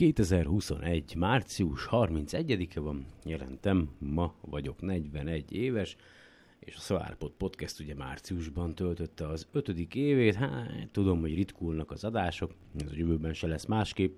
2021. március 31-e van, jelentem, ma vagyok 41 éves, és a SolarPod Podcast ugye márciusban töltötte az 5. évét, tudom, hogy ritkulnak az adások, ez a jövőben se lesz másképp,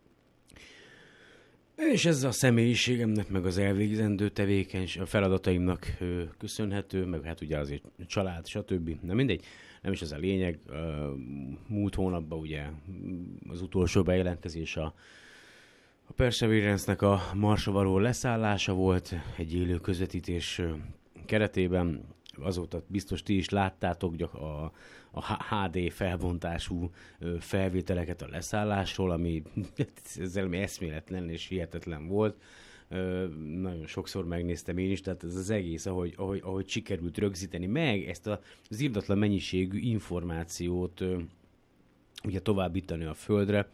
és ez a személyiségemnek, meg az elvégzendő tevékenység, a feladataimnak köszönhető, meg hát ugye azért család, stb. Na mindegy, nem is ez a lényeg. Múlt hónapban ugye az utolsó bejelentkezés a Perseverance-nek a Marsra való leszállása volt egy élő közvetítés keretében. Azóta biztos ti is láttátok a HD felbontású felvételeket a leszállásról, ami ezzel eszméletlen és hihetetlen volt. Nagyon sokszor megnéztem én is, tehát ez az egész, ahogy sikerült rögzíteni meg ezt az irdatlan mennyiségű információt ugye továbbítani a Földre.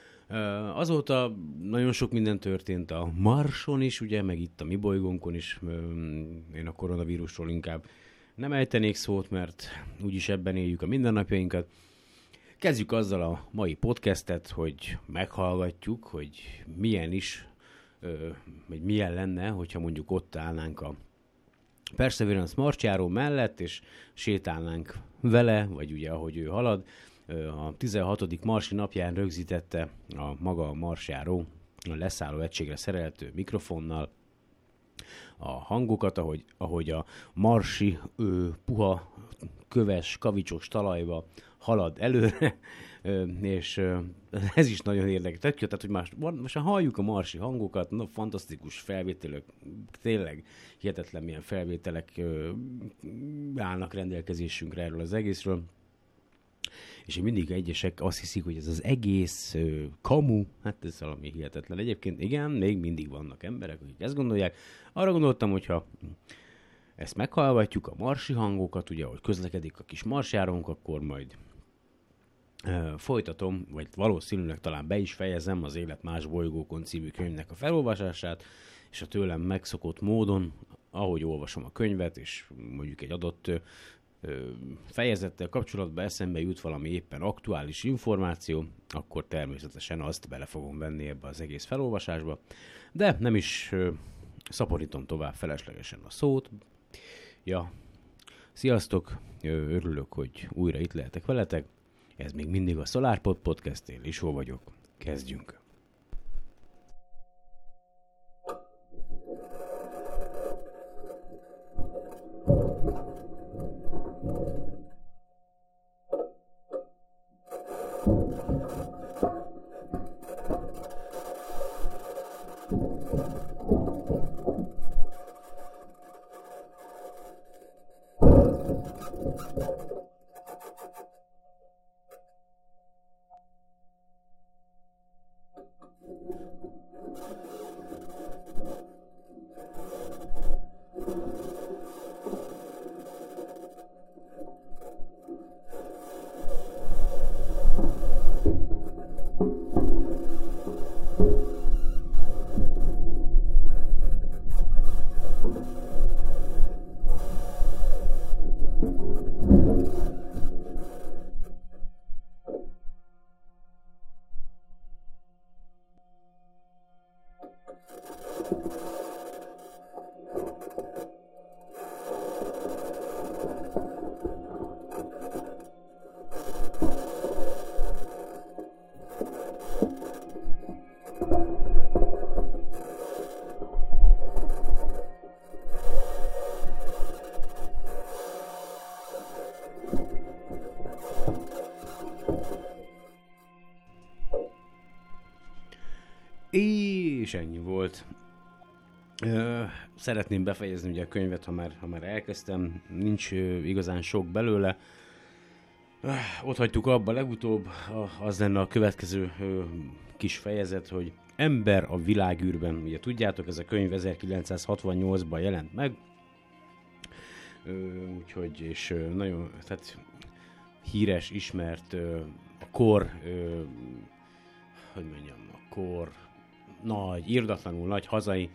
Azóta nagyon sok minden történt a Marson is, ugye, meg itt a mi bolygónkon is. Én a koronavírusról inkább nem ejtenék szót, mert úgyis ebben éljük a mindennapjainkat. Kezdjük azzal a mai podcastet, hogy meghallgatjuk, hogy milyen is, vagy milyen lenne, hogyha mondjuk ott állnánk a Perseverance marsjáró mellett, és sétálnánk vele, vagy ugye ahogy ő halad. A 16. marsi napján rögzítette a maga a marsjáró a leszálló egységre szerelhető mikrofonnal a hangokat, ahogy a marsi puha, köves, kavicsos talajba halad előre, és ez is nagyon érdekes. Tehát, hogy most halljuk a marsi hangokat, fantasztikus felvételek, tényleg hihetetlen milyen felvételek állnak rendelkezésünkre erről az egészről. És mindig egyesek azt hiszik, hogy ez az egész kamu, hát ez valami hihetetlen. Egyébként igen, még mindig vannak emberek, akik ezt gondolják. Arra gondoltam, hogyha ezt meghallgatjuk, a marsi hangokat, ugye, ahogy közlekedik a kis marsjárónk, akkor majd folytatom, vagy valószínűleg talán be is fejezem az Élet más bolygókon című könyvnek a felolvasását, és a tőlem megszokott módon, ahogy olvasom a könyvet, és mondjuk egy adott fejezettel kapcsolatban eszembe jut valami éppen aktuális információ, akkor természetesen azt bele fogom venni ebbe az egész felolvasásba, de nem is szaporítom tovább feleslegesen a szót. Ja, sziasztok, örülök, hogy újra itt lehetek veletek, ez még mindig a SolarPod Podcast, én Lisó vagyok, kezdjünk! És ennyi volt. Szeretném befejezni ugye a könyvet, ha már elkezdtem. Nincs igazán sok belőle. Ott hagytuk abba legutóbb. Az lenne a következő kis fejezet, hogy Ember a világűrben. Ugye tudjátok, ez a könyv 1968-ban jelent meg. Úgyhogy, és nagyon tehát híres, ismert a kor, nagy, irdatlanul nagy hazai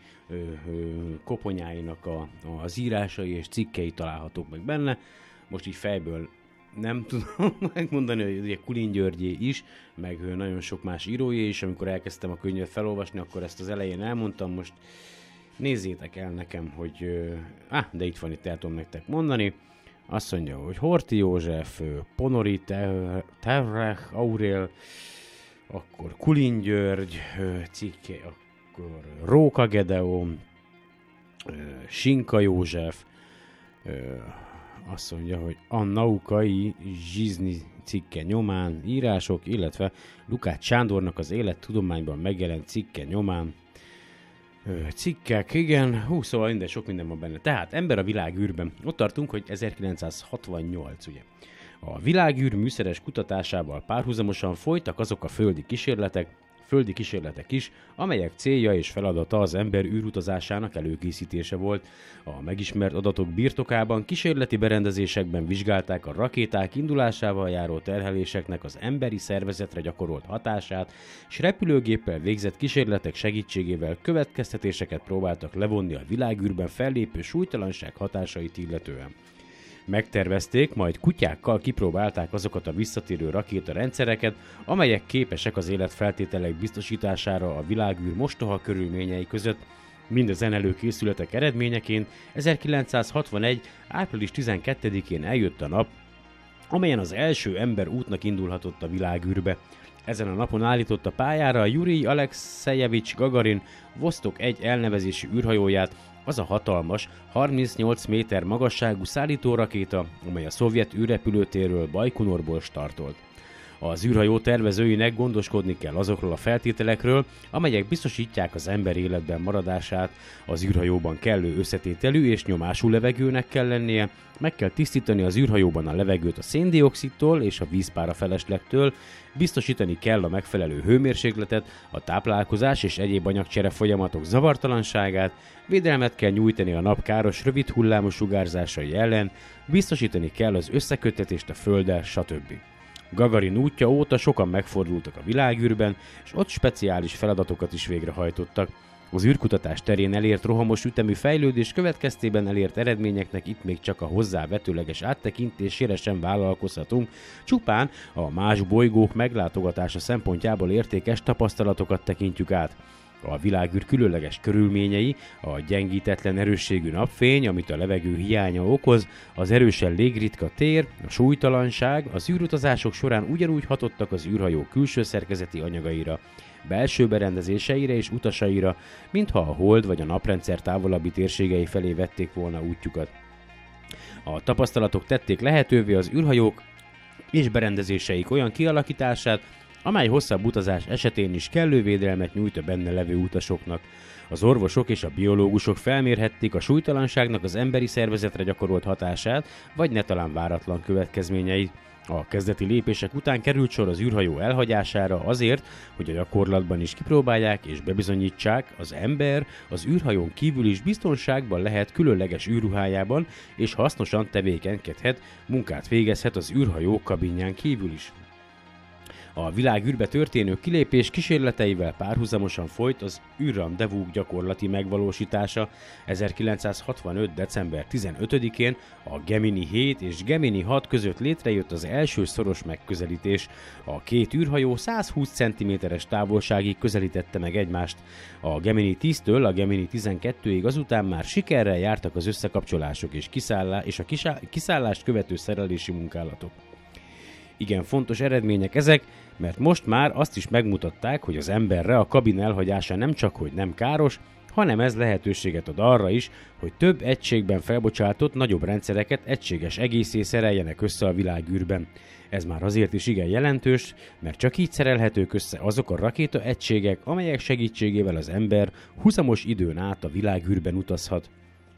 koponyáinak az írásai és cikkei találhatók meg benne. Most így fejből nem tudom megmondani, hogy ugye Kulin Györgyé is, meg nagyon sok más írójé is, amikor elkezdtem a könyvet felolvasni, akkor ezt az elején elmondtam, most nézzétek el nekem, hogy... de itt el tudom nektek mondani. Azt mondja, hogy Horthy József, Ponori Terrech, Aurél, akkor Kulin György cikke, akkor Róka Gedeon, Sinka József, azt mondja, hogy a Naukai Zsizni cikke nyomán írások, illetve Lukács Sándornak az Élettudományban megjelent cikke nyomán cikkek, igen, szóval minden, sok minden van benne. Tehát Ember a világűrben. Ott tartunk, hogy 1968, ugye. A világűr műszeres kutatásával párhuzamosan folytak azok a földi kísérletek is, amelyek célja és feladata az ember űrutazásának előkészítése volt. A megismert adatok birtokában kísérleti berendezésekben vizsgálták a rakéták indulásával járó terheléseknek az emberi szervezetre gyakorolt hatását, és repülőgéppel végzett kísérletek segítségével következtetéseket próbáltak levonni a világűrben fellépő súlytalanság hatásait illetően. Megtervezték, majd kutyákkal kipróbálták azokat a visszatérő rakétarendszereket, amelyek képesek az életfeltételek biztosítására a világűr mostoha körülményei között. Mindezen előkészületek eredményeként 1961. április 12-én eljött a nap, amelyen az első ember útnak indulhatott a világűrbe. Ezen a napon állította pályára Jurij Alexejevics Gagarin Vostok 1 elnevezésű űrhajóját, az a hatalmas, 38 méter magasságú szállítórakéta, amely a szovjet űrrepülőtérről Bajkonorból startolt. Az űrhajó tervezőinek gondoskodni kell azokról a feltételekről, amelyek biztosítják az ember életben maradását. Az űrhajóban kellő összetételű és nyomású levegőnek kell lennie, meg kell tisztítani az űrhajóban a levegőt a széndioxidtól és a vízpára feleslegtől, biztosítani kell a megfelelő hőmérsékletet, a táplálkozás és egyéb anyagcsere folyamatok zavartalanságát, védelmet kell nyújtani a nap káros rövid hullámú sugárzásai ellen, biztosítani kell az összeköttetést a Földdel, stb. Gagarin útja óta sokan megfordultak a világűrben, és ott speciális feladatokat is végrehajtottak. Az űrkutatás terén elért rohamos ütemű fejlődés következtében elért eredményeknek itt még csak a hozzávetőleges áttekintésére sem vállalkozhatunk, csupán a más bolygók meglátogatása szempontjából értékes tapasztalatokat tekintjük át. A világűr különleges körülményei, a gyengítetlen erősségű napfény, amit a levegő hiánya okoz, az erősen légritka tér, a súlytalanság, az űrutazások során ugyanúgy hatottak az űrhajó külső szerkezeti anyagaira, belső berendezéseire és utasaira, mintha a hold vagy a naprendszer távolabbi térségei felé vették volna útjukat. A tapasztalatok tették lehetővé az űrhajók és berendezéseik olyan kialakítását, amely hosszabb utazás esetén is kellő védelmet nyújt a benne levő utasoknak. Az orvosok és a biológusok felmérhették a súlytalanságnak az emberi szervezetre gyakorolt hatását, vagy netalán váratlan következményeit. A kezdeti lépések után került sor az űrhajó elhagyására azért, hogy a gyakorlatban is kipróbálják és bebizonyítsák, az ember az űrhajón kívül is biztonságban lehet különleges űrruhájában, és hasznosan tevékenykedhet, munkát végezhet az űrhajó kabinján kívül is. A világűrbe történő kilépés kísérleteivel párhuzamosan folyt az űrrandevúk gyakorlati megvalósítása. 1965. december 15-én a Gemini 7 és Gemini 6 között létrejött az első szoros megközelítés. A két űrhajó 120 cm-es távolságig közelítette meg egymást. A Gemini 10-től a Gemini 12-ig azután már sikerrel jártak az összekapcsolások és a kiszállást követő szerelési munkálatok. Igen fontos eredmények ezek, mert most már azt is megmutatták, hogy az emberre a kabin elhagyása nem csak hogy nem káros, hanem ez lehetőséget ad arra is, hogy több egységben felbocsátott nagyobb rendszereket egységes egészé szereljenek össze a világűrben. Ez már azért is igen jelentős, mert csak így szerelhetők össze azok a rakéta egységek, amelyek segítségével az ember huzamos időn át a világűrben utazhat.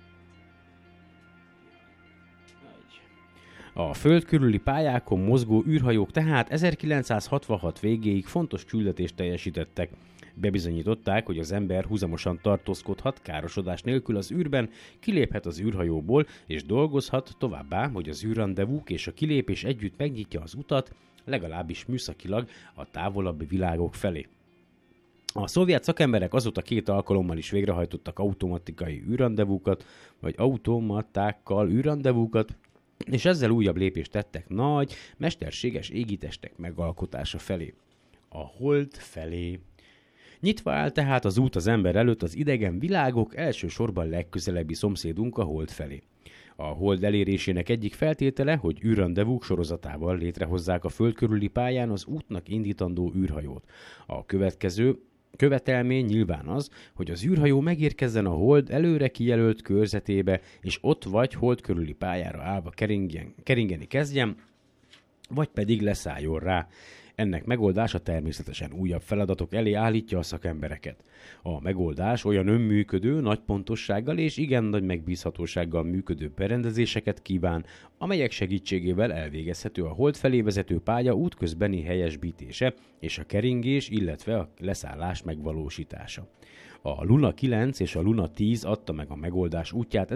A föld körüli pályákon mozgó űrhajók tehát 1966 végéig fontos küldetést teljesítettek. Bebizonyították, hogy az ember huzamosan tartózkodhat károsodás nélkül az űrben, kiléphet az űrhajóból és dolgozhat, továbbá, hogy az űrrandevúk és a kilépés együtt megnyitja az utat, legalábbis műszakilag a távolabbi világok felé. A szovjet szakemberek azóta 2 alkalommal is végrehajtottak automatikai űrrandevúkat, vagy automatákkal űrrandevúkat, és ezzel újabb lépést tettek nagy, mesterséges égitestek megalkotása felé. A hold felé. Nyitva áll tehát az út az ember előtt az idegen világok, elsősorban legközelebbi szomszédunk a hold felé. A hold elérésének egyik feltétele, hogy űrrandevúk sorozatával létrehozzák a föld körüli pályán az útnak indítandó űrhajót. A következő követelmény nyilván az, hogy az űrhajó megérkezzen a hold előre kijelölt körzetébe, és ott vagy hold körüli pályára állva keringeni kezdjen, vagy pedig leszálljon rá. Ennek megoldása természetesen újabb feladatok elé állítja a szakembereket. A megoldás olyan önműködő, nagy pontossággal és igen nagy megbízhatósággal működő berendezéseket kíván, amelyek segítségével elvégezhető a hold felé vezető pálya útközbeni helyesbítése és a keringés, illetve a leszállás megvalósítása. A Luna 9 és a Luna 10 adta meg a megoldás útját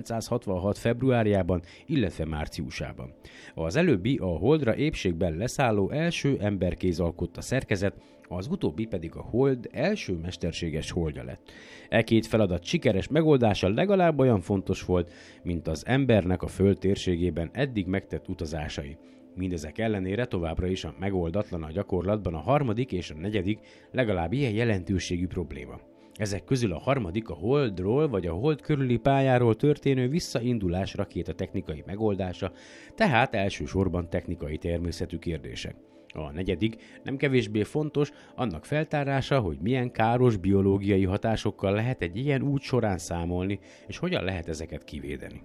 1966. februárjában, illetve márciusában. Az előbbi a holdra épségben leszálló első emberkéz alkotta szerkezet, az utóbbi pedig a hold első mesterséges holdja lett. E két feladat sikeres megoldása legalább olyan fontos volt, mint az embernek a föld térségében eddig megtett utazásai. Mindezek ellenére továbbra is a megoldatlan a gyakorlatban a harmadik és a negyedik legalább ilyen jelentőségű probléma. Ezek közül a harmadik a holdról vagy a hold körüli pályáról történő visszaindulás rakétatechnikai megoldása, tehát elsősorban technikai természetű kérdések. A negyedik, nem kevésbé fontos, annak feltárása, hogy milyen káros biológiai hatásokkal lehet egy ilyen út során számolni, és hogyan lehet ezeket kivédeni.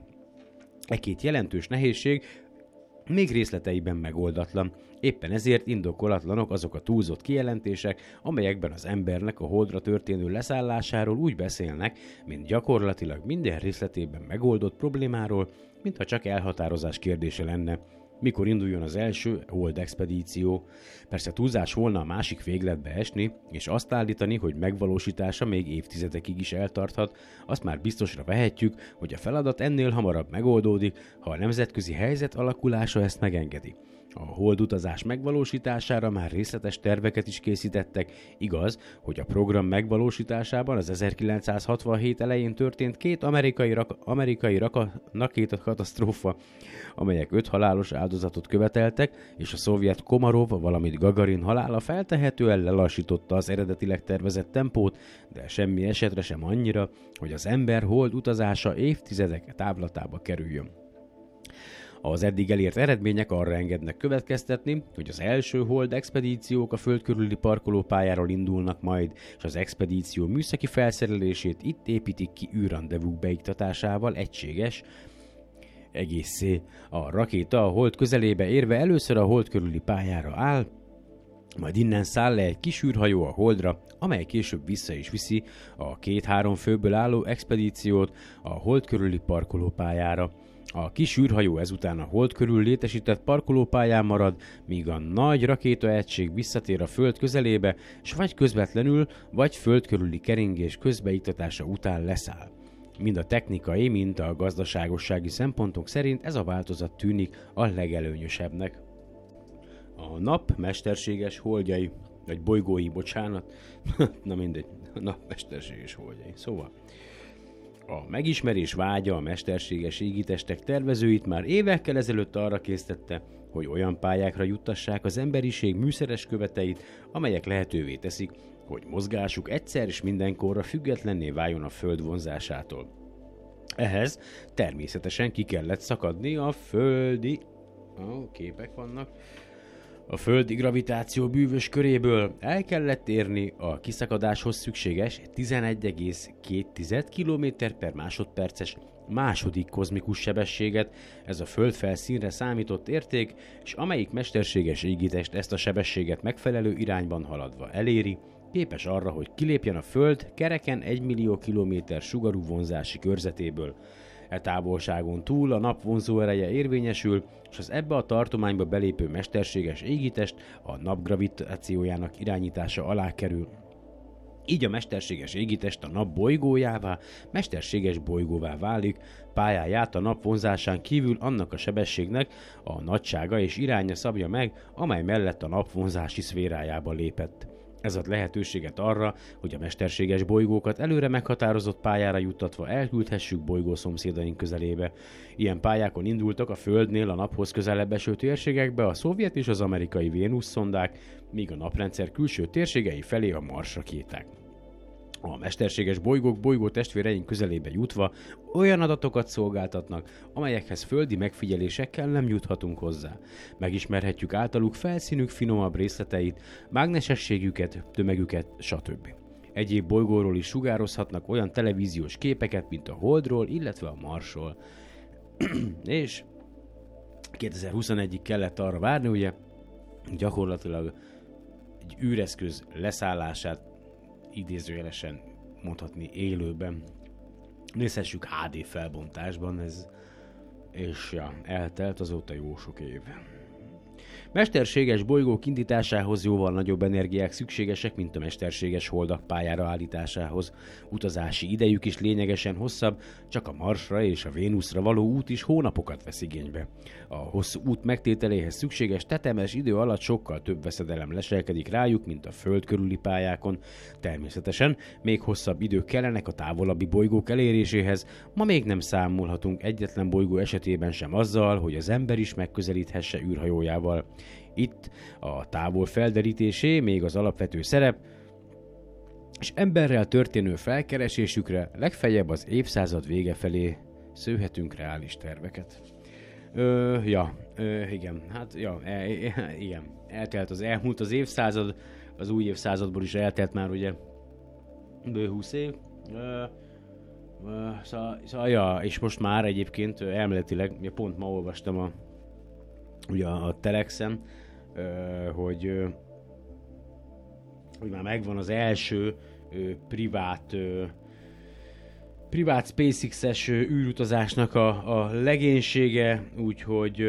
E két jelentős nehézség még részleteiben megoldatlan, éppen ezért indokolatlanok azok a túlzott kijelentések, amelyekben az embernek a holdra történő leszállásáról úgy beszélnek, mint gyakorlatilag minden részletében megoldott problémáról, mintha csak elhatározás kérdése lenne. Mikor induljon az első hold expedíció? Persze túlzás volna a másik végletbe esni, és azt állítani, hogy megvalósítása még évtizedekig is eltarthat, azt már biztosra vehetjük, hogy a feladat ennél hamarabb megoldódik, ha a nemzetközi helyzet alakulása ezt megengedi. A hold utazás megvalósítására már részletes terveket is készítettek, igaz, hogy a program megvalósításában az 1967 elején történt két amerikai rakétakatasztrófa, amelyek 5 halálos áldozatot követeltek, és a szovjet Komarov, valamint Gagarin halála feltehetően lelassította az eredetileg tervezett tempót, de semmi esetre sem annyira, hogy az ember hold utazása évtizedek távlatába kerüljön. Az eddig elért eredmények arra engednek következtetni, hogy az első hold expedíciók a föld körüli parkolópályáról indulnak majd, és az expedíció műszaki felszerelését itt építik ki űrrandevúk beiktatásával egységes egészé. A rakéta a hold közelébe érve először a hold körüli pályára áll, majd innen száll le egy kis űrhajó a holdra, amely később vissza is viszi a 2-3 főből álló expedíciót a hold körüli parkolópályára. A kis űrhajó ezután a hold körül létesített parkolópályán marad, míg a nagy rakétaegység visszatér a föld közelébe, és vagy közvetlenül, vagy föld körüli keringés közbeiktatása után leszáll. Mind a technikai, mind a gazdaságossági szempontok szerint ez a változat tűnik a legelőnyösebbnek. A nap mesterséges holdjai, vagy bolygói, bocsánat, na mindegy, a nap mesterséges holdjai. Szóval a megismerés vágya a mesterséges égitestek tervezőit már évekkel ezelőtt arra késztette, hogy olyan pályákra juttassák az emberiség műszeres követeit, amelyek lehetővé teszik, hogy mozgásuk egyszer és mindenkorra függetlenné váljon a Föld vonzásától. Ehhez természetesen ki kellett szakadni a földi... képek vannak... A földi gravitáció bűvös köréből el kellett érni a kiszakadáshoz szükséges 11,2 km/másodperces második kozmikus sebességet, ez a föld felszínre számított érték, és amelyik mesterséges égitest ezt a sebességet megfelelő irányban haladva eléri, képes arra, hogy kilépjen a föld kereken 1 millió kilométer sugarú vonzási körzetéből. E távolságon túl a nap vonzó ereje érvényesül, és az ebbe a tartományba belépő mesterséges égitest a nap gravitációjának irányítása alá kerül. Így a mesterséges égitest a nap bolygójává, mesterséges bolygóvá válik, pályáját a nap vonzásán kívül annak a sebességnek a nagysága és iránya szabja meg, amely mellett a nap vonzási szférájába lépett. Ez ad lehetőséget arra, hogy a mesterséges bolygókat előre meghatározott pályára juttatva elküldhessük bolygó szomszédaink közelébe. Ilyen pályákon indultak a Földnél a naphoz közelebb eső térségekbe a szovjet és az amerikai Vénusz szondák, míg a naprendszer külső térségei felé a Mars rakéták. A mesterséges bolygók bolygó testvéreink közelébe jutva olyan adatokat szolgáltatnak, amelyekhez földi megfigyelésekkel nem juthatunk hozzá. Megismerhetjük általuk felszínük finomabb részleteit, mágnesességüket, tömegüket, stb. Egyéb bolygóról is sugározhatnak olyan televíziós képeket, mint a Holdról, illetve a Marsról. És 2021-ig kellett arra várni, ugye, gyakorlatilag egy űreszköz leszállását idézőjelesen mondhatni élőben. Nézhessük HD felbontásban, és eltelt azóta jó sok év. Mesterséges bolygók indításához jóval nagyobb energiák szükségesek, mint a mesterséges holdak pályára állításához. Utazási idejük is lényegesen hosszabb, csak a Marsra és a Vénuszra való út is hónapokat vesz igénybe. A hosszú út megtételéhez szükséges tetemes idő alatt sokkal több veszedelem leselkedik rájuk, mint a Föld körüli pályákon. Természetesen még hosszabb idők kellenek a távolabbi bolygók eléréséhez, ma még nem számolhatunk egyetlen bolygó esetében sem azzal, hogy az ember is megközelíthesse űrhajójával. Itt a távol felderítésé még az alapvető szerep, és emberrel történő felkeresésükre legfeljebb az évszázad vége felé szőhetünk reális terveket. Igen. Elmúlt az évszázad, az új évszázadból is eltelt már ugye bő 20 év. És most már egyébként elméletileg, pont ma olvastam ugye a Telexen, hogy már megvan az első privát SpaceX-es űrutazásnak a legénysége, úgyhogy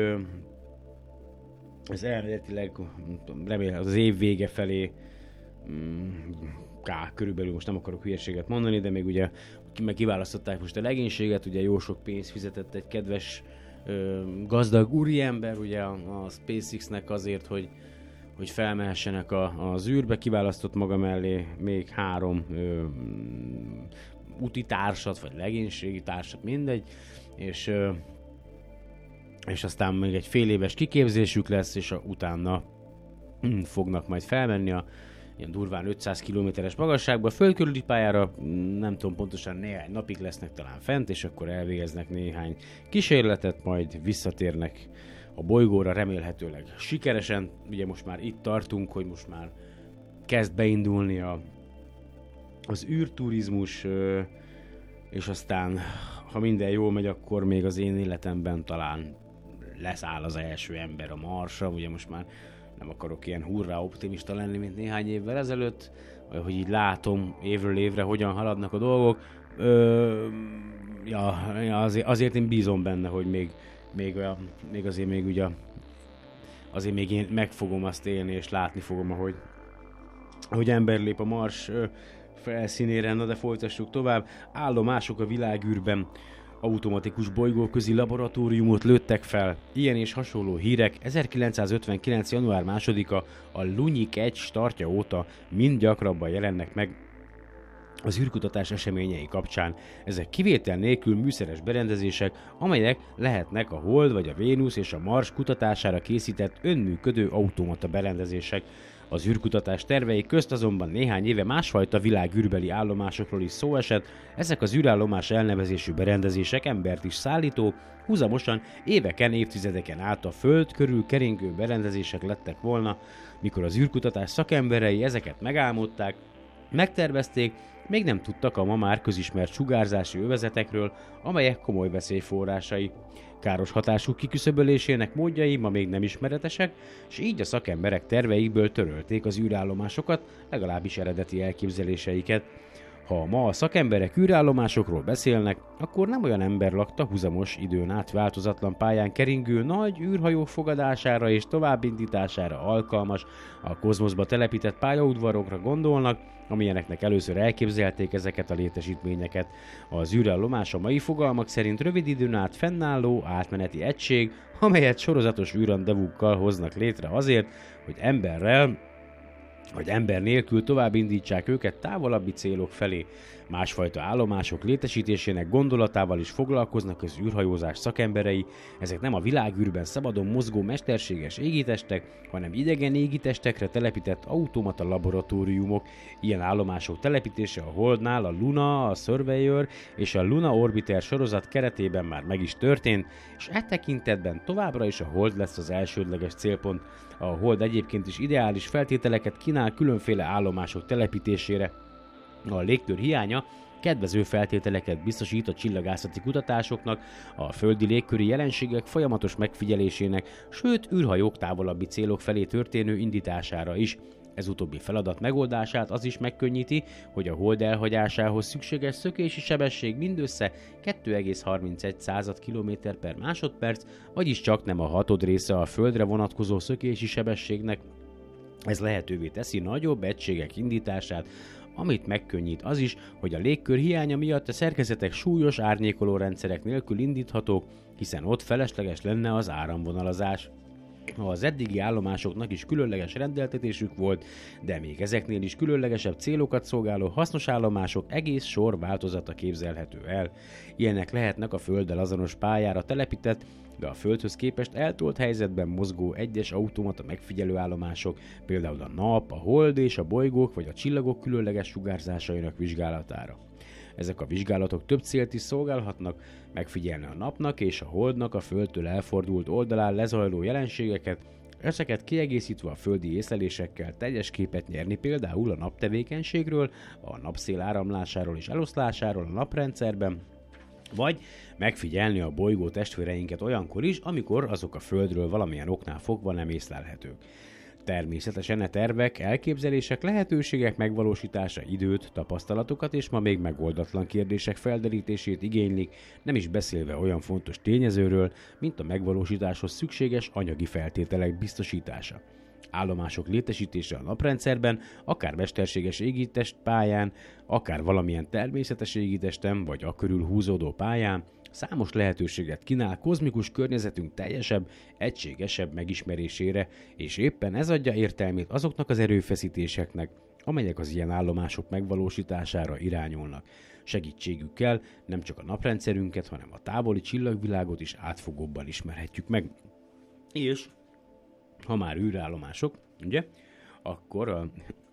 ez elméletileg remélem az év vége felé körülbelül, most nem akarok hülyeséget mondani, de még ugye kiválasztották most a legénységet, ugye jó sok pénzt fizetett egy kedves gazdag úriember ugye a SpaceX-nek azért, hogy felmehessenek az űrbe, kiválasztott maga mellé még 3 úti társat, vagy legénységi társat, mindegy, és aztán még egy fél éves kiképzésük lesz, és utána fognak majd felmenni ilyen durván 500 kilométeres magasságba, föld körüli pályára, nem tudom pontosan, néhány napig lesznek talán fent, és akkor elvégeznek néhány kísérletet, majd visszatérnek a bolygóra, remélhetőleg sikeresen. Ugye most már itt tartunk, hogy most már kezd beindulni az űrturizmus, és aztán, ha minden jól megy, akkor még az én életemben talán leszáll az első ember a Marsra. Ugye most már nem akarok ilyen hurrá optimista lenni, mint néhány évvel ezelőtt, hogy így látom évről évre, hogyan haladnak a dolgok. Azért én bízom benne, hogy azért még én meg fogom azt élni, és látni fogom, ahogy ember lép a Mars felszínére. Na de folytassuk tovább. Állomások a világűrben. Automatikus bolygóközi laboratóriumot lőttek fel. Ilyen és hasonló hírek 1959. január 2-a a Lunyik 1 startja óta mind gyakrabban jelennek meg az űrkutatás eseményei kapcsán. Ezek kivétel nélkül műszeres berendezések, amelyek lehetnek a Hold vagy a Vénusz és a Mars kutatására készített önműködő automata berendezések. Az űrkutatás tervei közt azonban néhány éve másfajta világűrbeli állomásokról is szó esett. Ezek az űrállomás elnevezésű berendezések embert is szállító, húzamosan éveken, évtizedeken át a Föld körül keringő berendezések lettek volna. Mikor az űrkutatás szakemberei ezeket megálmodták, megtervezték, még nem tudtak a ma már közismert sugárzási övezetekről, amelyek komoly veszélyforrásai. Káros hatásuk kiküszöbölésének módjai ma még nem ismeretesek, és így a szakemberek terveikből törölték az űrállomásokat, legalábbis eredeti elképzeléseiket. Ha ma a szakemberek űrállomásokról beszélnek, akkor nem olyan ember lakta húzamos időn át változatlan pályán keringő nagy űrhajók fogadására és továbbindítására alkalmas, a kozmoszba telepített pályaudvarokra gondolnak, amilyeneknek először elképzelték ezeket a létesítményeket. Az űrállomás a mai fogalmak szerint rövid időn át fennálló átmeneti egység, amelyet sorozatos űrrandevúkkal hoznak létre azért, hogy emberrel vagy ember nélkül tovább indítsák őket távolabbi célok felé. Másfajta állomások létesítésének gondolatával is foglalkoznak az űrhajózás szakemberei. Ezek nem a világűrben szabadon mozgó mesterséges égitestek, hanem idegen égitestekre telepített automata laboratóriumok. Ilyen állomások telepítése a Holdnál a Luna, a Surveyor és a Luna Orbiter sorozat keretében már meg is történt, és e tekintetben továbbra is a Hold lesz az elsődleges célpont. A Hold egyébként is ideális feltételeket kínál különféle állomások telepítésére. A légkör hiánya kedvező feltételeket biztosít a csillagászati kutatásoknak, a földi légköri jelenségek folyamatos megfigyelésének, sőt űrhajók távolabbi célok felé történő indítására is. Ez utóbbi feladat megoldását az is megkönnyíti, hogy a Hold elhagyásához szükséges szökési sebesség mindössze 2,31 km/másodperc, vagyis csak nem a hatod része a Földre vonatkozó szökési sebességnek. Ez lehetővé teszi nagyobb egységek indítását, amit megkönnyít az is, hogy a légkör hiánya miatt a szerkezetek súlyos árnyékoló rendszerek nélkül indíthatók, hiszen ott felesleges lenne az áramvonalazás. Az eddigi állomásoknak is különleges rendeltetésük volt, de még ezeknél is különlegesebb célokat szolgáló hasznos állomások egész sor változata képzelhető el. Ilyenek lehetnek a Földdel azonos pályára telepített, de a Földhöz képest eltolt helyzetben mozgó egyes automata megfigyelő állomások, például a Nap, a Hold és a bolygók vagy a csillagok különleges sugárzásainak vizsgálatára. Ezek a vizsgálatok több célt is szolgálhatnak, megfigyelni a Napnak és a Holdnak a Földtől elfordult oldalán lezajló jelenségeket, ezeket kiegészítve a földi észlelésekkel teljes képet nyerni például a nap tevékenységről, a napszél áramlásáról és eloszlásáról a naprendszerben, vagy megfigyelni a bolygó testvéreinket olyankor is, amikor azok a Földről valamilyen oknál fogva nem észlelhetők. Természetesen a tervek, elképzelések, lehetőségek megvalósítása időt, tapasztalatokat és ma még megoldatlan kérdések felderítését igénylik, nem is beszélve olyan fontos tényezőről, mint a megvalósításhoz szükséges anyagi feltételek biztosítása. Állomások létesítése a naprendszerben, akár mesterséges égitest pályán, akár valamilyen természetes égitesten vagy akörül húzódó pályán, számos lehetőséget kínál kozmikus környezetünk teljesebb, egységesebb megismerésére, és éppen ez adja értelmét azoknak az erőfeszítéseknek, amelyek az ilyen állomások megvalósítására irányulnak. Segítségükkel nem csak a naprendszerünket, hanem a távoli csillagvilágot is átfogóbban ismerhetjük meg. És ha már űrállomások, ugye, akkor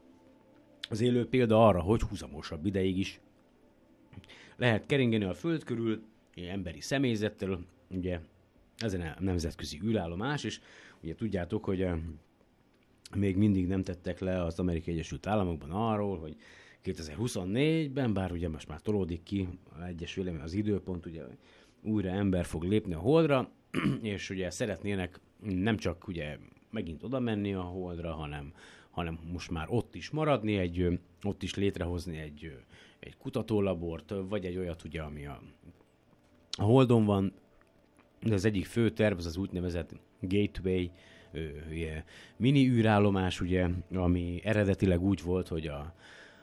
az élő példa arra, hogy húzamosabb ideig is lehet keringeni a Föld körül, emberi személyzettel, ugye ez a nemzetközi űrállomás, és ugye tudjátok, hogy még mindig nem tettek le az Amerikai Egyesült Államokban arról, hogy 2024-ben, bár ugye most már tolódik ki egyes vélemény az időpont, ugye újra ember fog lépni a Holdra, és ugye szeretnének nem csak ugye megint oda menni a Holdra, hanem most már ott is maradni, ott is létrehozni egy kutatólabort, vagy egy olyat ugye, ami a Holdon van, de az egyik fő terv az úgynevezett Gateway mini űrállomás, ugye, ami eredetileg úgy volt, hogy a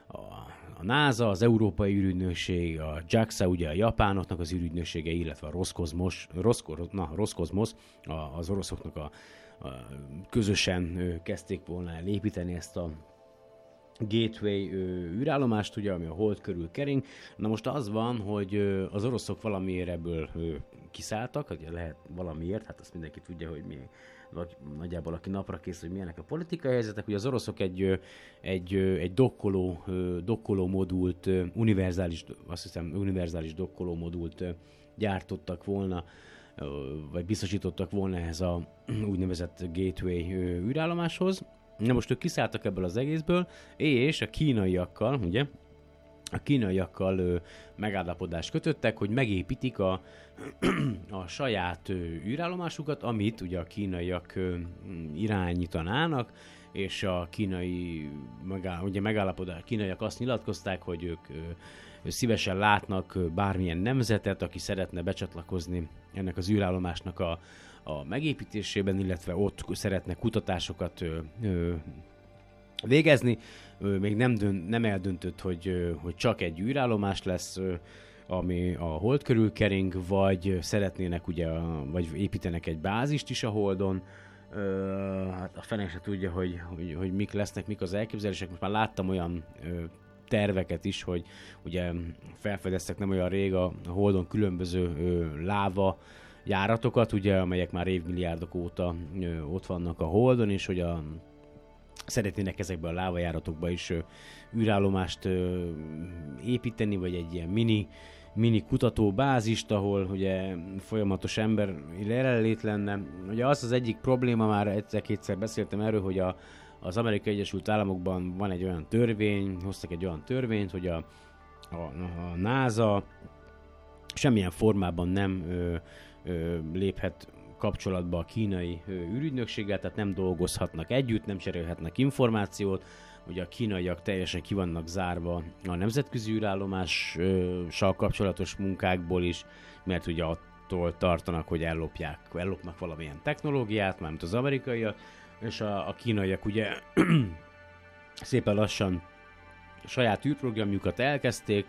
NASA, az Európai űrügynökség, a JAXA, ugye a japánoknak az űrügynöksége, illetve a Roszkozmosz, az oroszoknak a közösen kezdték volna elépíteni ezt a Gateway űrállomást, ugye, ami a Hold körül kering. Na most az van, hogy az oroszok valamiért ebből kiszálltak, ugye lehet valamiért, hát azt mindenki tudja, hogy mi nagyjából aki napra kész, hogy milyenek a politikai helyzetek, hogy az oroszok egy dokkoló modult, univerzális dokkoló modult gyártottak volna, vagy biztosítottak volna ehhez a úgynevezett Gateway űrállomáshoz. Na most ők kiszálltak ebből az egészből, és a kínaiakkal, ugye, megállapodást kötöttek, hogy megépítik a saját űrállomásukat, amit ugye a kínaiak irányítanának, és a kínaiak azt nyilatkozták, hogy ők szívesen látnak bármilyen nemzetet, aki szeretne becsatlakozni ennek az űrállomásnak a megépítésében, illetve ott szeretne kutatásokat végezni. Még nem eldöntött, hogy csak egy űrállomás lesz, ami a Hold körül kering, vagy szeretnének ugye, vagy építenek egy bázist is a Holdon, Hát a fene se tudja, hogy mik lesznek, mik az elképzelések. Most már láttam olyan terveket is, hogy ugye felfedeztek nem olyan rég a Holdon különböző láva járatokat, ugye, amelyek már évmilliárdok óta ott vannak a Holdon, és hogy szeretnének ezekbe a lávajáratokba is űrállomást építeni, vagy egy ilyen mini kutatóbázist, ahol ugye folyamatos ember jelenlét lenne. Ugye az egyik probléma, már egyszer-kétszer beszéltem erről, hogy az Amerikai Egyesült Államokban van egy olyan törvény, hoztak egy olyan törvényt, hogy a NASA semmilyen formában nem léphet kapcsolatba a kínai űrügynökséggel, tehát nem dolgozhatnak együtt, nem cserélhetnek információt. Ugye a kínaiak teljesen ki vannak zárva a nemzetközi űrállomással kapcsolatos munkákból is, mert ugye attól tartanak, hogy ellopnak valamilyen technológiát, mármint az amerikaiak, és a kínaiak ugye szépen lassan a saját űrprogramjukat elkezdték,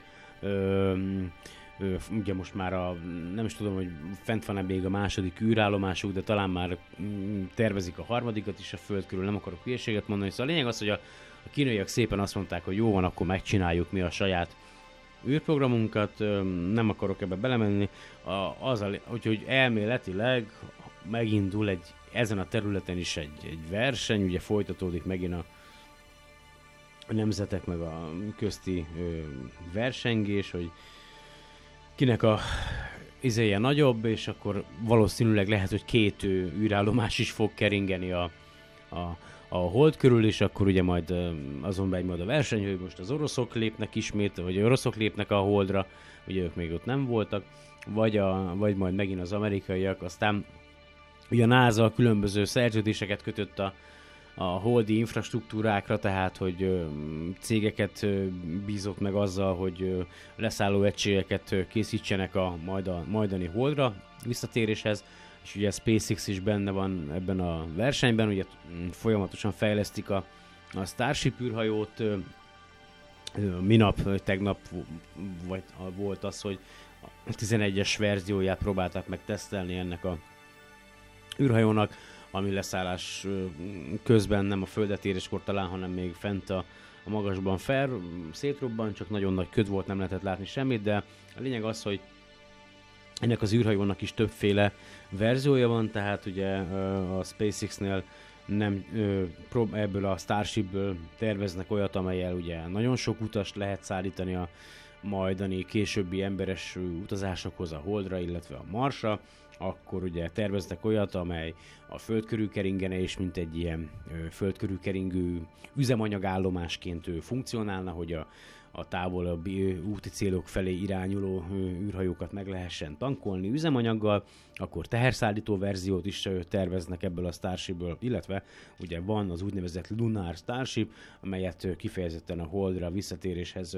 ugye most már nem is tudom, hogy fent van-e még a második űrállomásuk, de talán már tervezik a harmadikat is a Föld körül, nem akarok hülyeséget mondani. Szóval a lényeg az, hogy a kínaiak szépen azt mondták, hogy jó van, akkor megcsináljuk mi a saját űrprogramunkat, nem akarok ebbe belemenni. Úgyhogy elméletileg megindul ezen a területen is egy verseny, ugye folytatódik megint a nemzetek meg a közti versengés, hogy kinek a izéje nagyobb, és akkor valószínűleg lehet, hogy 2 űrállomás is fog keringeni a Hold körül, és akkor ugye majd azon megy majd a verseny, hogy most az oroszok lépnek ismét, vagy oroszok lépnek a Holdra, ugye ők még ott nem voltak, vagy majd megint az amerikaiak, aztán ugye a NASA különböző szerződéseket kötött a holdi infrastruktúrákra, tehát hogy cégeket bízott meg azzal, hogy leszálló egységeket készítsenek a majdani Holdra visszatéréshez, és ugye a SpaceX is benne van ebben a versenyben, ugye folyamatosan fejlesztik a Starship űrhajót, tegnap volt az, hogy a 11-es verzióját próbálták meg tesztelni ennek a űrhajónak, ami leszállás közben nem a földet éréskor talán, hanem még fent a magasban szétrobban, csak nagyon nagy köd volt, nem lehetett látni semmit, de a lényeg az, hogy ennek az űrhajónak is többféle verziója van, tehát ugye a SpaceX-nél nem ebből a Starshipből terveznek olyat, amellyel ugye nagyon sok utast lehet szállítani a majdani későbbi emberes utazásokhoz a Holdra, illetve a Marsra, akkor ugye terveznek olyat, amely a Föld körül keringene, és mint egy ilyen Föld körül keringő üzemanyagállomásként funkcionálna, hogy a távolabbi úti célok felé irányuló űrhajókat meg lehessen tankolni üzemanyaggal, akkor teherszállító verziót is terveznek ebből a Starshipből, illetve ugye van az úgynevezett Lunar Starship, amelyet kifejezetten a Holdra visszatéréshez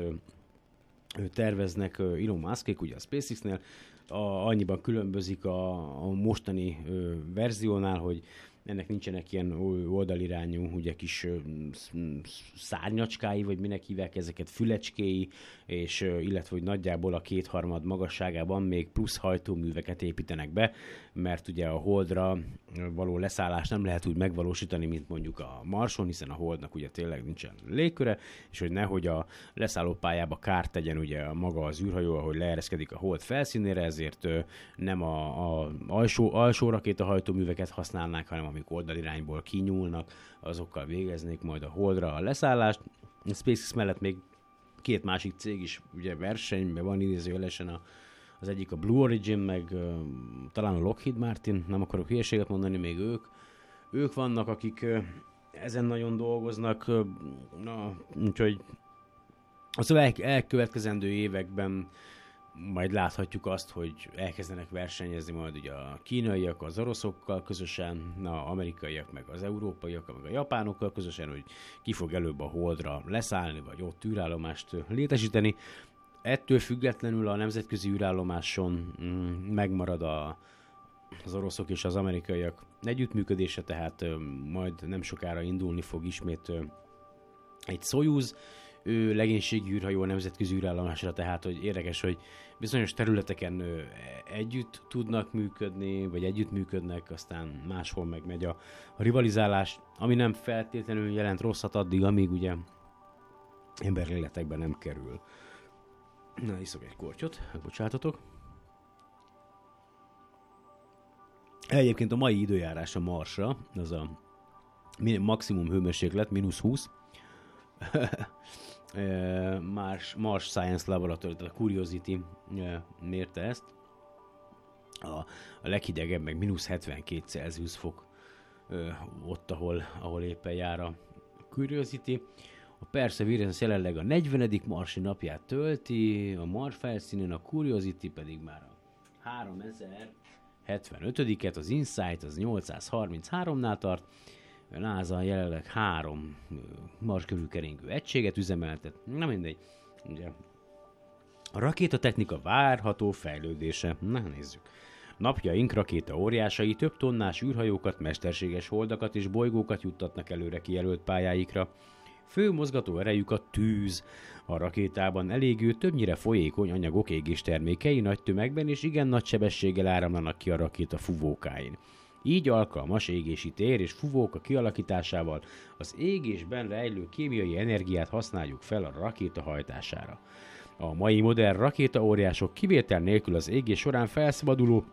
terveznek Elon Muskék, ugye a SpaceX-nél. Annyiban különbözik a mostani verziónál, hogy ennek nincsenek ilyen oldalirányú, ugye kis szárnyacskái, vagy minek hívják ezeket, fülecskéi, és illetve hogy nagyjából a 2/3 magasságában még plusz hajtóműveket építenek be, mert ugye a Holdra való leszállást nem lehet úgy megvalósítani, mint mondjuk a Marson, hiszen a Holdnak ugye tényleg nincsen légköre, és hogy nehogy a leszállópályába kárt tegyen ugye maga az űrhajó, ahogy leereszkedik a Hold felszínére, ezért nem a alsó rakétahajtóműveket használnák, hanem amik oldalirányból kinyúlnak, azokkal végeznék majd a Holdra a leszállást. A SpaceX mellett még 2 másik cég is ugye versenyben van idézőjelesen, az egyik a Blue Origin, meg talán a Lockheed Martin, nem akarok hülyeséget mondani, még ők vannak, akik ezen nagyon dolgoznak, úgyhogy az elkövetkezendő években majd láthatjuk azt, hogy elkezdenek versenyezni majd ugye a kínaiak az oroszokkal közösen, az amerikaiak meg az európaiak, meg a japánokkal közösen, hogy ki fog előbb a Holdra leszállni, vagy ott űrállomást létesíteni. Ettől függetlenül a nemzetközi űrállomáson megmarad az oroszok és az amerikaiak együttműködése, tehát majd nem sokára indulni fog ismét egy Soyuz ő legénységi űrhajó a nemzetközi űrállomásra, tehát hogy érdekes, hogy bizonyos területeken együtt tudnak működni, vagy együtt működnek, aztán máshol meg megy a rivalizálás, ami nem feltétlenül jelent rosszat addig, amíg ugye emberléletekben nem kerül. Na, iszok egy kortyot, bocsátatok. Egyébként a mai időjárás a Marsra, az a maximum hőmérséklet, -20. Mars Science Laboratory, tehát a Curiosity mérte ezt. A leghidegebb meg -72 Celsius fok ott, ahol éppen jár a Curiosity. A Perseverance jelenleg a 40. marsi napját tölti, a Mars felszínén, a Curiosity pedig már a 3075-et, az Insight az 833-nál tart, a NASA jelenleg 3 Mars körül keringő egységet üzemeltet. Na mindegy, ugye a rakétatechnika várható fejlődése. Na nézzük. Napjaink rakéta óriásai több tonnás űrhajókat, mesterséges holdakat és bolygókat juttatnak előre kijelölt pályáikra. Fő mozgató erejük a tűz. A rakétában elégő, többnyire folyékony anyagok égéstermékei nagy tömegben és igen nagy sebességgel áramlanak ki a rakéta fúvókáin. Így alkalmas égési tér és fúvóka kialakításával az égésben rejlő kémiai energiát használjuk fel a rakéta hajtására. A mai modern rakétaóriások kivétel nélkül az égés során felszabaduló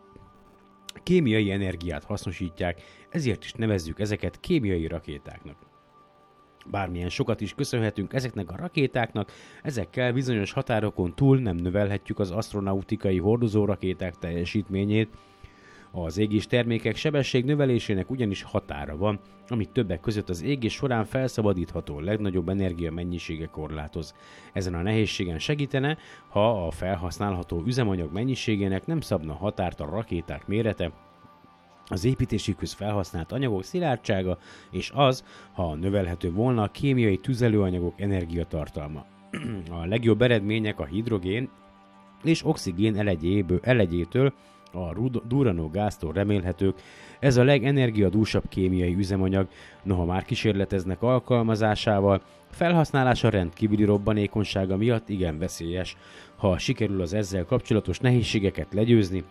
kémiai energiát hasznosítják, ezért is nevezzük ezeket kémiai rakétáknak. Bármilyen sokat is köszönhetünk ezeknek a rakétáknak, ezekkel bizonyos határokon túl nem növelhetjük az asztronautikai hordozó rakéták teljesítményét. Az égés termékek sebesség növelésének ugyanis határa van, amit többek között az égés során felszabadítható legnagyobb energia mennyisége korlátoz. Ezen a nehézségen segítene, ha a felhasználható üzemanyag mennyiségének nem szabna határt a rakéták mérete, az építésükhöz felhasznált anyagok szilárdsága, és az, ha növelhető volna a kémiai tüzelőanyagok energiatartalma. A legjobb eredmények a hidrogén és oxigén elegyétől, a Durano gáztól remélhetők. Ez a legenergiadúsabb kémiai üzemanyag, noha már kísérleteznek alkalmazásával, felhasználása rendkívüli robbanékonysága miatt igen veszélyes. Ha sikerül az ezzel kapcsolatos nehézségeket legyőzni,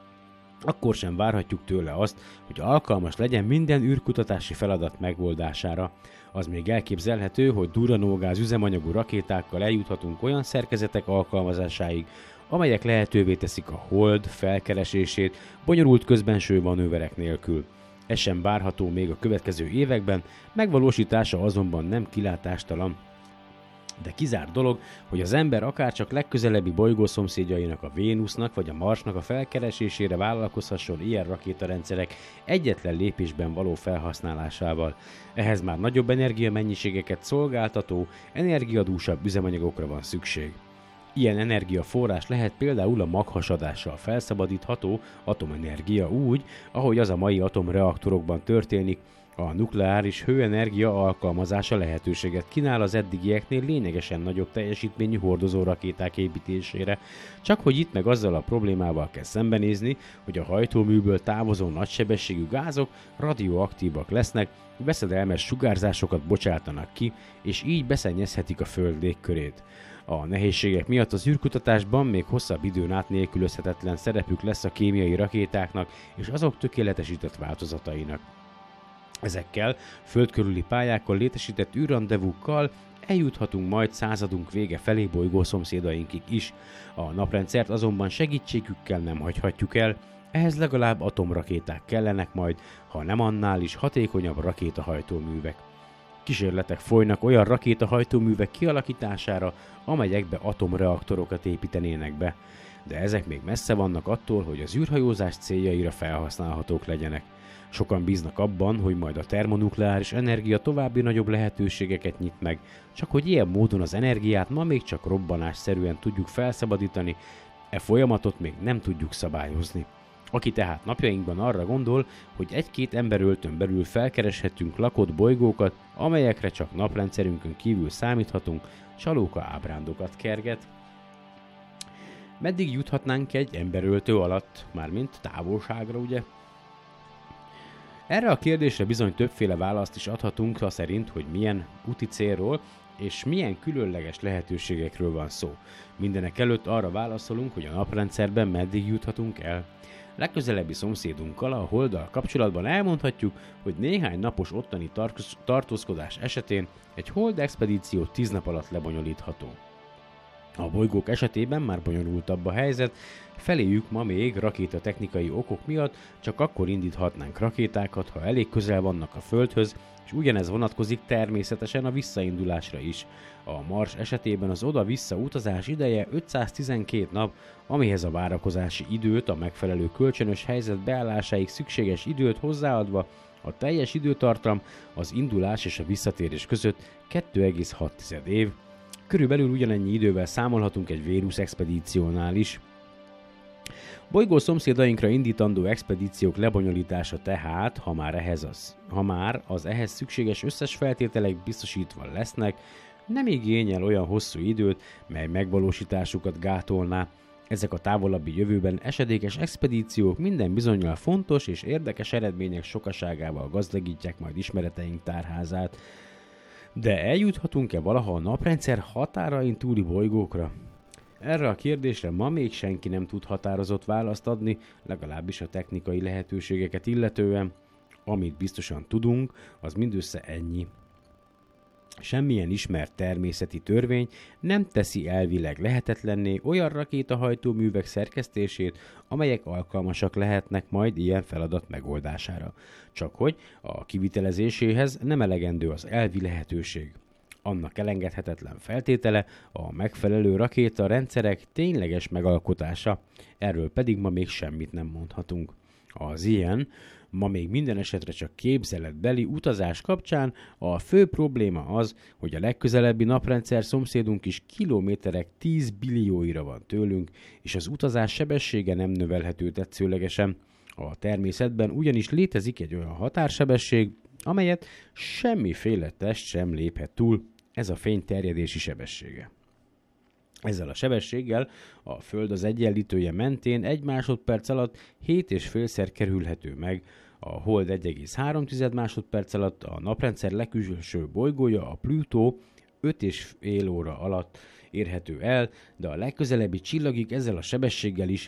akkor sem várhatjuk tőle azt, hogy alkalmas legyen minden űrkutatási feladat megoldására. Az még elképzelhető, hogy Durano-gáz üzemanyagú rakétákkal eljuthatunk olyan szerkezetek alkalmazásáig, amelyek lehetővé teszik a hold felkeresését bonyolult közbenső manőverek nélkül. Ez sem várható még a következő években, megvalósítása azonban nem kilátástalan. De kizárt dolog, hogy az ember akárcsak legközelebbi bolygószomszédjainak, a Vénusznak vagy a Marsnak a felkeresésére vállalkozhasson ilyen rakétarendszerek egyetlen lépésben való felhasználásával. Ehhez már nagyobb energiamennyiségeket szolgáltató, energiadúsabb üzemanyagokra van szükség. Ilyen energiaforrás lehet például a maghasadással felszabadítható atomenergia úgy, ahogy az a mai atomreaktorokban történik. A nukleáris hőenergia alkalmazása lehetőséget kínál az eddigieknél lényegesen nagyobb teljesítményű hordozó rakéták építésére, csak hogy itt meg azzal a problémával kell szembenézni, hogy a hajtóműből távozó nagysebességű gázok radioaktívak lesznek, veszedelmes sugárzásokat bocsátanak ki, és így beszennyezhetik a Föld légkörét. A nehézségek miatt az űrkutatásban még hosszabb időn át nélkülözhetetlen szerepük lesz a kémiai rakétáknak és azok tökéletesített változatainak. Ezekkel, földkörüli pályákkal létesített űrrandevúkkal eljuthatunk majd századunk vége felé bolygószomszédainkig is. A naprendszert azonban segítségükkel nem hagyhatjuk el, ehhez legalább atomrakéták kellenek majd, ha nem annál is hatékonyabb rakétahajtóművek. Kísérletek folynak olyan rakétahajtóművek kialakítására, amelyekbe atomreaktorokat építenének be, de ezek még messze vannak attól, hogy az űrhajózás céljaira felhasználhatók legyenek. Sokan bíznak abban, hogy majd a termonukleáris energia további nagyobb lehetőségeket nyit meg, csak hogy ilyen módon az energiát ma még csak robbanásszerűen tudjuk felszabadítani, e folyamatot még nem tudjuk szabályozni. Aki tehát napjainkban arra gondol, hogy egy-két emberöltön belül felkereshetünk lakott bolygókat, amelyekre csak naprendszerünkön kívül számíthatunk, csalóka ábrándokat kerget. Meddig juthatnánk egy emberöltő alatt, mármint távolságra, ugye? Erre a kérdésre bizony többféle választ is adhatunk, szerint, hogy milyen úti célról és milyen különleges lehetőségekről van szó. Mindenek előtt arra válaszolunk, hogy a naprendszerben meddig juthatunk el. Legközelebbi szomszédunkkal, a Holddal kapcsolatban elmondhatjuk, hogy néhány napos ottani tartózkodás esetén egy Hold expedíció 10 nap alatt lebonyolítható. A bolygók esetében már bonyolultabb a helyzet, feléjük ma még rakétatechnikai okok miatt csak akkor indíthatnánk rakétákat, ha elég közel vannak a Földhöz, és ugyanez vonatkozik természetesen a visszaindulásra is. A Mars esetében az oda-vissza utazás ideje 512 nap, amihez a várakozási időt, a megfelelő kölcsönös helyzet beállásáig szükséges időt hozzáadva, a teljes időtartam az indulás és a visszatérés között 2,6 év. Körülbelül ugyanennyi idővel számolhatunk egy Vénusz expedíciónál is. Bolygó szomszédainkra indítandó expedíciók lebonyolítása tehát, ha már az ehhez szükséges összes feltételek biztosítva lesznek, nem igényel olyan hosszú időt, mely megvalósításukat gátolná. Ezek a távolabbi jövőben esedékes expedíciók minden bizonnyal fontos és érdekes eredmények sokaságával gazdagítják majd ismereteink tárházát. De eljuthatunk-e valaha a naprendszer határain túli bolygókra? Erre a kérdésre ma még senki nem tud határozott választ adni, legalábbis a technikai lehetőségeket illetően. Amit biztosan tudunk, az mindössze ennyi. Semmilyen ismert természeti törvény nem teszi elvileg lehetetlenné olyan rakétahajtóművek szerkesztését, amelyek alkalmasak lehetnek majd ilyen feladat megoldására. Csak hogy a kivitelezéséhez nem elegendő az elvi lehetőség. Annak elengedhetetlen feltétele a megfelelő rakéta rendszerek tényleges megalkotása, erről pedig ma még semmit nem mondhatunk. Az ilyen, ma még minden esetre csak képzeletbeli utazás kapcsán a fő probléma az, hogy a legközelebbi naprendszer szomszédunk is kilométerek 10 billióira van tőlünk, és az utazás sebessége nem növelhető tetszőlegesen. A természetben ugyanis létezik egy olyan határsebesség, amelyet semmiféle test sem léphet túl, ez a fény terjedési sebessége. Ezzel a sebességgel a Föld az egyenlítője mentén 1 másodperc alatt 7,5-szer kerülhető meg, a Hold 1,3 másodperc alatt, a naprendszer legkülső bolygója, a Plutó 5,5 óra alatt érhető el, de a legközelebbi csillagig ezzel a sebességgel is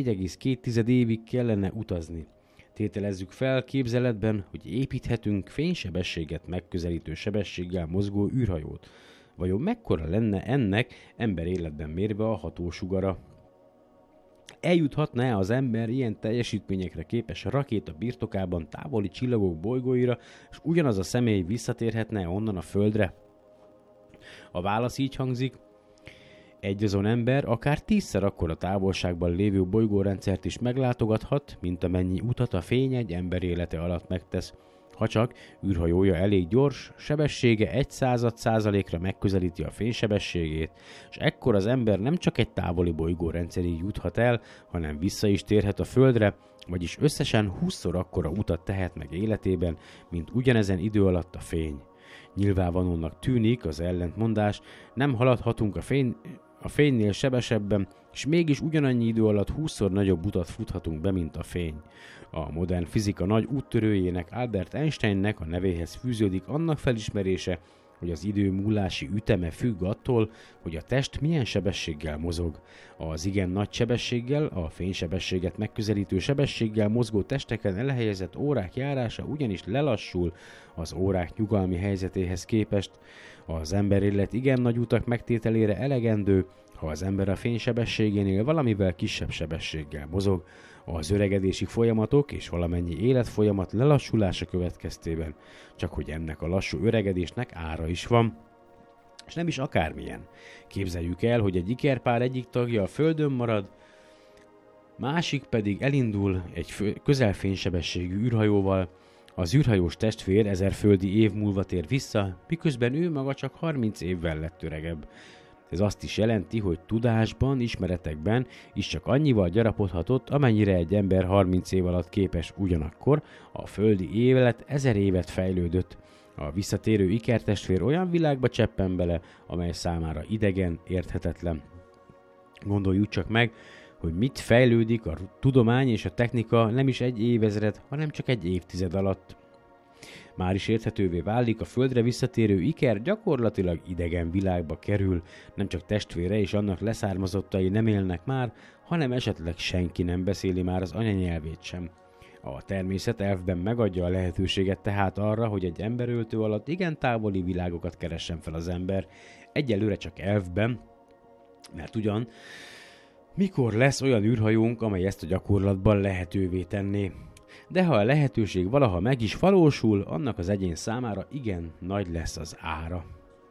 4,2 évig kellene utazni. Tételezzük fel képzeletben, hogy építhetünk fénysebességet megközelítő sebességgel mozgó űrhajót. Vajon mekkora lenne ennek ember életben mérve a hatósugara? Eljuthatna-e az ember ilyen teljesítményekre képes rakéta birtokában távoli csillagok bolygóira, és ugyanaz a személy visszatérhetne onnan a Földre? A válasz így hangzik: egyazon ember akár 10-szer akkora távolságban lévő bolygórendszert is meglátogathat, mint amennyi utat a fény egy ember élete alatt megtesz. Ha csak űrhajója elég gyors, sebessége 0,01%-ra megközelíti a fénysebességét, és ekkor az ember nem csak egy távoli bolygórendszerig juthat el, hanem vissza is térhet a Földre, vagyis összesen 20-szor akkora utat tehet meg életében, mint ugyanezen idő alatt a fény. Nyilvánvalónak tűnik az ellentmondás, nem haladhatunk a fénynél sebesebben, és mégis ugyanannyi idő alatt 20-szor nagyobb utat futhatunk be, mint a fény. A modern fizika nagy úttörőjének, Albert Einsteinnek a nevéhez fűződik annak felismerése, hogy az idő múlási üteme függ attól, hogy a test milyen sebességgel mozog. Az igen nagy sebességgel, a fénysebességet megközelítő sebességgel mozgó testeken elhelyezett órák járása ugyanis lelassul az órák nyugalmi helyzetéhez képest. Az ember élet igen nagy utak megtételére elegendő, ha az ember a fénysebességénél valamivel kisebb sebességgel mozog, az öregedési folyamatok és valamennyi életfolyamat lelassulása következtében, csak hogy ennek a lassú öregedésnek ára is van, és nem is akármilyen. Képzeljük el, hogy egy ikerpár egyik tagja a Földön marad, másik pedig elindul egy közelfénysebességű űrhajóval. Az űrhajós testvér 1000 földi év múlva tér vissza, miközben ő maga csak 30 évvel lett öregebb. Ez azt is jelenti, hogy tudásban, ismeretekben is csak annyival gyarapodhatott, amennyire egy ember 30 év alatt képes, ugyanakkor a földi élet 1000 évet fejlődött. A visszatérő ikertestvér olyan világba cseppen bele, amely számára idegen, érthetetlen. Gondoljuk csak meg, hogy mit fejlődik a tudomány és a technika nem is egy évezred, hanem csak egy évtized alatt. Már is érthetővé válik, a Földre visszatérő Iker gyakorlatilag idegen világba kerül, nem csak testvére és annak leszármazottai nem élnek már, hanem esetleg senki nem beszéli már az anyanyelvét sem. A természet elfben megadja a lehetőséget tehát arra, hogy egy emberöltő alatt igen távoli világokat keressen fel az ember, egyelőre csak elfben, mert ugyan mikor lesz olyan űrhajónk, amely ezt a gyakorlatban lehetővé tenné. De ha a lehetőség valaha meg is valósul, annak az egyén számára igen nagy lesz az ára.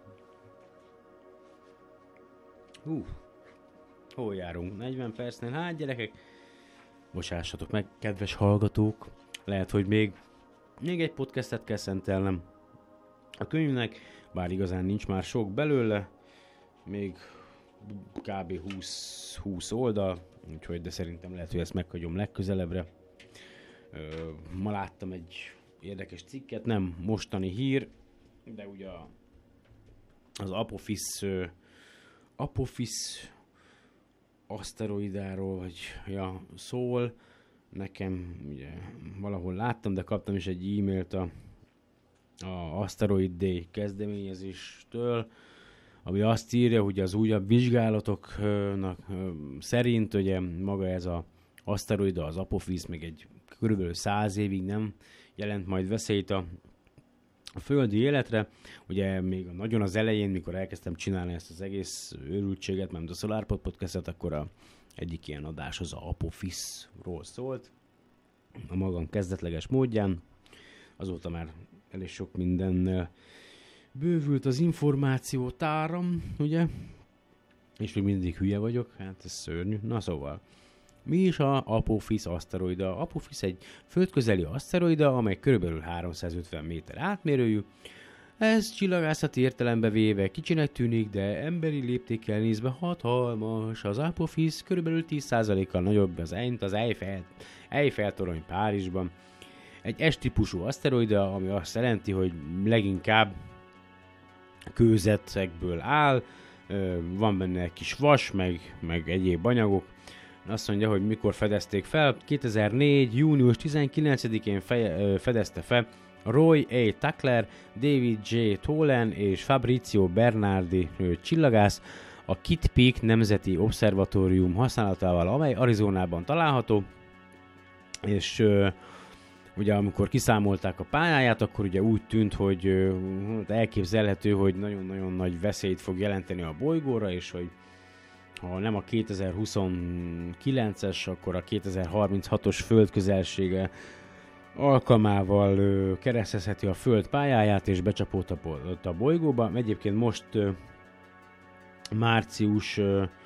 Hol járunk? 40 percnél? Hát gyerekek, bocsássatok meg, kedves hallgatók, lehet, hogy még egy podcastet kell szentelnem a könyvnek, bár igazán nincs már sok belőle, még kb. 20 oldal, úgyhogy de szerintem lehet, hogy ezt meghagyom legközelebbre. Ma láttam egy érdekes cikket, nem mostani hír, de ugye az Apophis aszteroidáról, vagy szól. Nekem ugye valahol láttam, de kaptam is egy e-mailt a Asteroid Day kezdeményezéstől, ami azt írja, hogy az újabb vizsgálatoknak szerint ugye maga ez az aszteroida, az Apophis még egy körülbelül 100 évig nem jelent majd veszélyt a földi életre. Ugye még nagyon az elején, mikor elkezdtem csinálni ezt az egész őrültséget, mert a SolarPod podcastet, akkor egyik ilyen adás az Apophisról szólt, a magam kezdetleges módján. Azóta már elég sok mindennel bővült az információ táram, ugye? És még mindig hülye vagyok, hát ez szörnyű. Na szóval, mi is a Apophis aszteroida? Apophis egy földközeli aszteroida, amely körülbelül 350 méter átmérőjű. Ez csillagászati értelembe véve kicsinek tűnik, de emberi léptékkel nézve hatalmas. Az Apophis körülbelül 10%-kal nagyobb az Eiffel torony Párizsban. Egy S-típusú aszteroida, ami azt jelenti, hogy leginkább kőzetekből áll, van benne egy kis vas, meg egyéb anyagok. Azt mondja, hogy mikor fedezték fel. 2004. június 19-én fedezte fel Roy A. Tuckler, David J. Tolan és Fabrizio Bernardi csillagász a Kitt Peak Nemzeti Obszervatórium használatával, amely Arizonában található, és ugye amikor kiszámolták a pályáját, akkor ugye úgy tűnt, hogy elképzelhető, hogy nagyon-nagyon nagy veszélyt fog jelenteni a bolygóra, és hogy ha nem a 2029-es, akkor a 2036-os föld közelsége alkalmával keresztezheti a föld pályáját, és becsapódott a bolygóba. Egyébként most március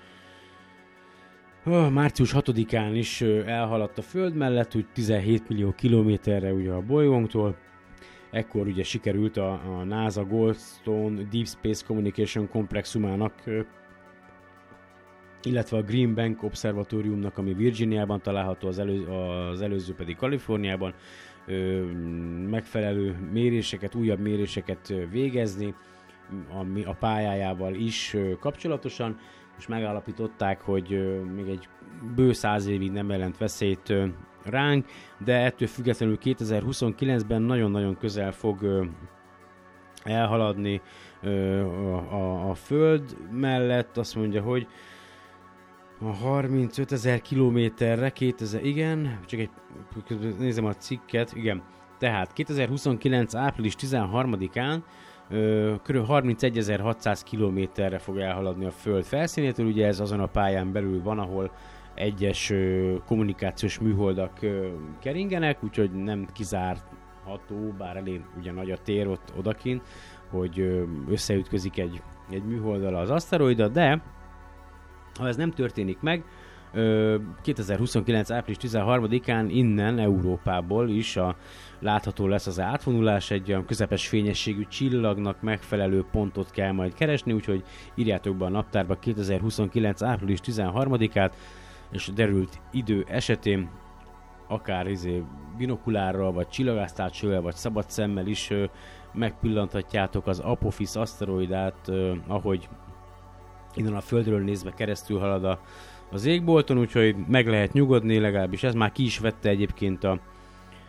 6-án is elhaladt a föld mellett, úgy 17 millió kilométerre ugye a bolygónktól. Ekkor ugye sikerült a NASA Goldstone Deep Space Communication komplexumának, illetve a Green Bank Obszervatóriumnak, ami Virginiában található, az előző pedig Kaliforniában, megfelelő méréseket, újabb méréseket végezni a pályájával is kapcsolatosan, és megállapították, hogy még egy bő 100 évig nem jelent veszélyt ránk, de ettől függetlenül 2029-ben nagyon-nagyon közel fog elhaladni a Föld mellett. Azt mondja, hogy a 35 000 kilométerre, igen, csak nézem a cikket, igen, tehát 2029. április 13-án kb. 31.600 kilométerre fog elhaladni a Föld felszínétől, ugye ez azon a pályán belül van, ahol egyes kommunikációs műholdak keringenek, úgyhogy nem kizárható, bár elég ugye nagy a tér ott odakint, hogy összeütközik egy műholddal az aszteroida, de ha ez nem történik meg, 2029. április 13-án innen Európából is látható lesz az átvonulás, egy olyan közepes fényességű csillagnak megfelelő pontot kell majd keresni, úgyhogy írjátok be a naptárba 2029. április 13-át, és derült idő esetén akár binokulárral, vagy csillagásztávcsővel, vagy szabad szemmel is megpillanthatjátok az Apophis aszteroidát, ahogy innen a Földről nézve keresztül halad az égbolton, úgyhogy meg lehet nyugodni, legalábbis ez már ki is vette egyébként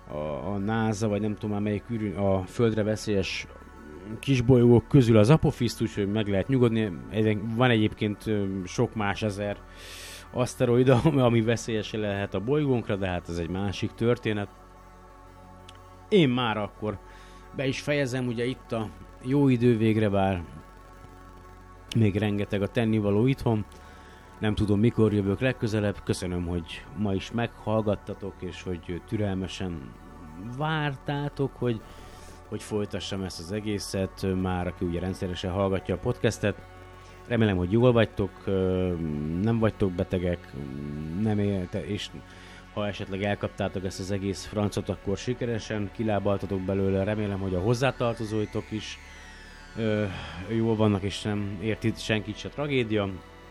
a NASA, vagy nem tudom már melyik a földre veszélyes kisbolygók közül az Apophis, úgyhogy meg lehet nyugodni. Van egyébként sok más ezer aszteroida, ami veszélyes lehet a bolygónkra, de hát ez egy másik történet. Én már akkor be is fejezem, ugye itt a jó idő végre vár, még rengeteg a tennivaló itthon, nem tudom mikor jövök legközelebb, köszönöm, hogy ma is meghallgattatok, és hogy türelmesen vártátok, hogy folytassam ezt az egészet, már aki ugye rendszeresen hallgatja a podcastet. Remélem, hogy jól vagytok, nem vagytok betegek, nem és ha esetleg elkaptátok ezt az egész francot, akkor sikeresen kilábaltatok belőle. Remélem, hogy a hozzátartozóitok is jól vannak, és nem érti senkit se tragédia.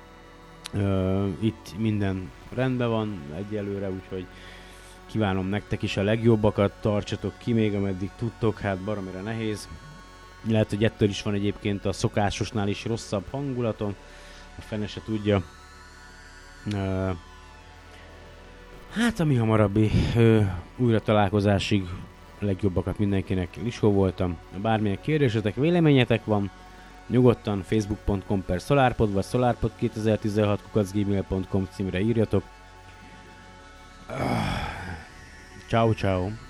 Itt minden rendben van egyelőre, úgyhogy kívánom nektek is a legjobbakat, tartsatok ki még ameddig tudtok, hát baromira nehéz. Lehet, hogy ettől is van egyébként a szokásosnál is rosszabb hangulatom, a fene se tudja. Hát a mi hamarabbi újra találkozásig legjobbakat mindenkinek Liskó voltam. Bármilyen kérdésetek, véleményetek van, nyugodtan facebook.com/solarpod vagy solarpod2016@gmail.com címre írjatok. Ciao, ciao.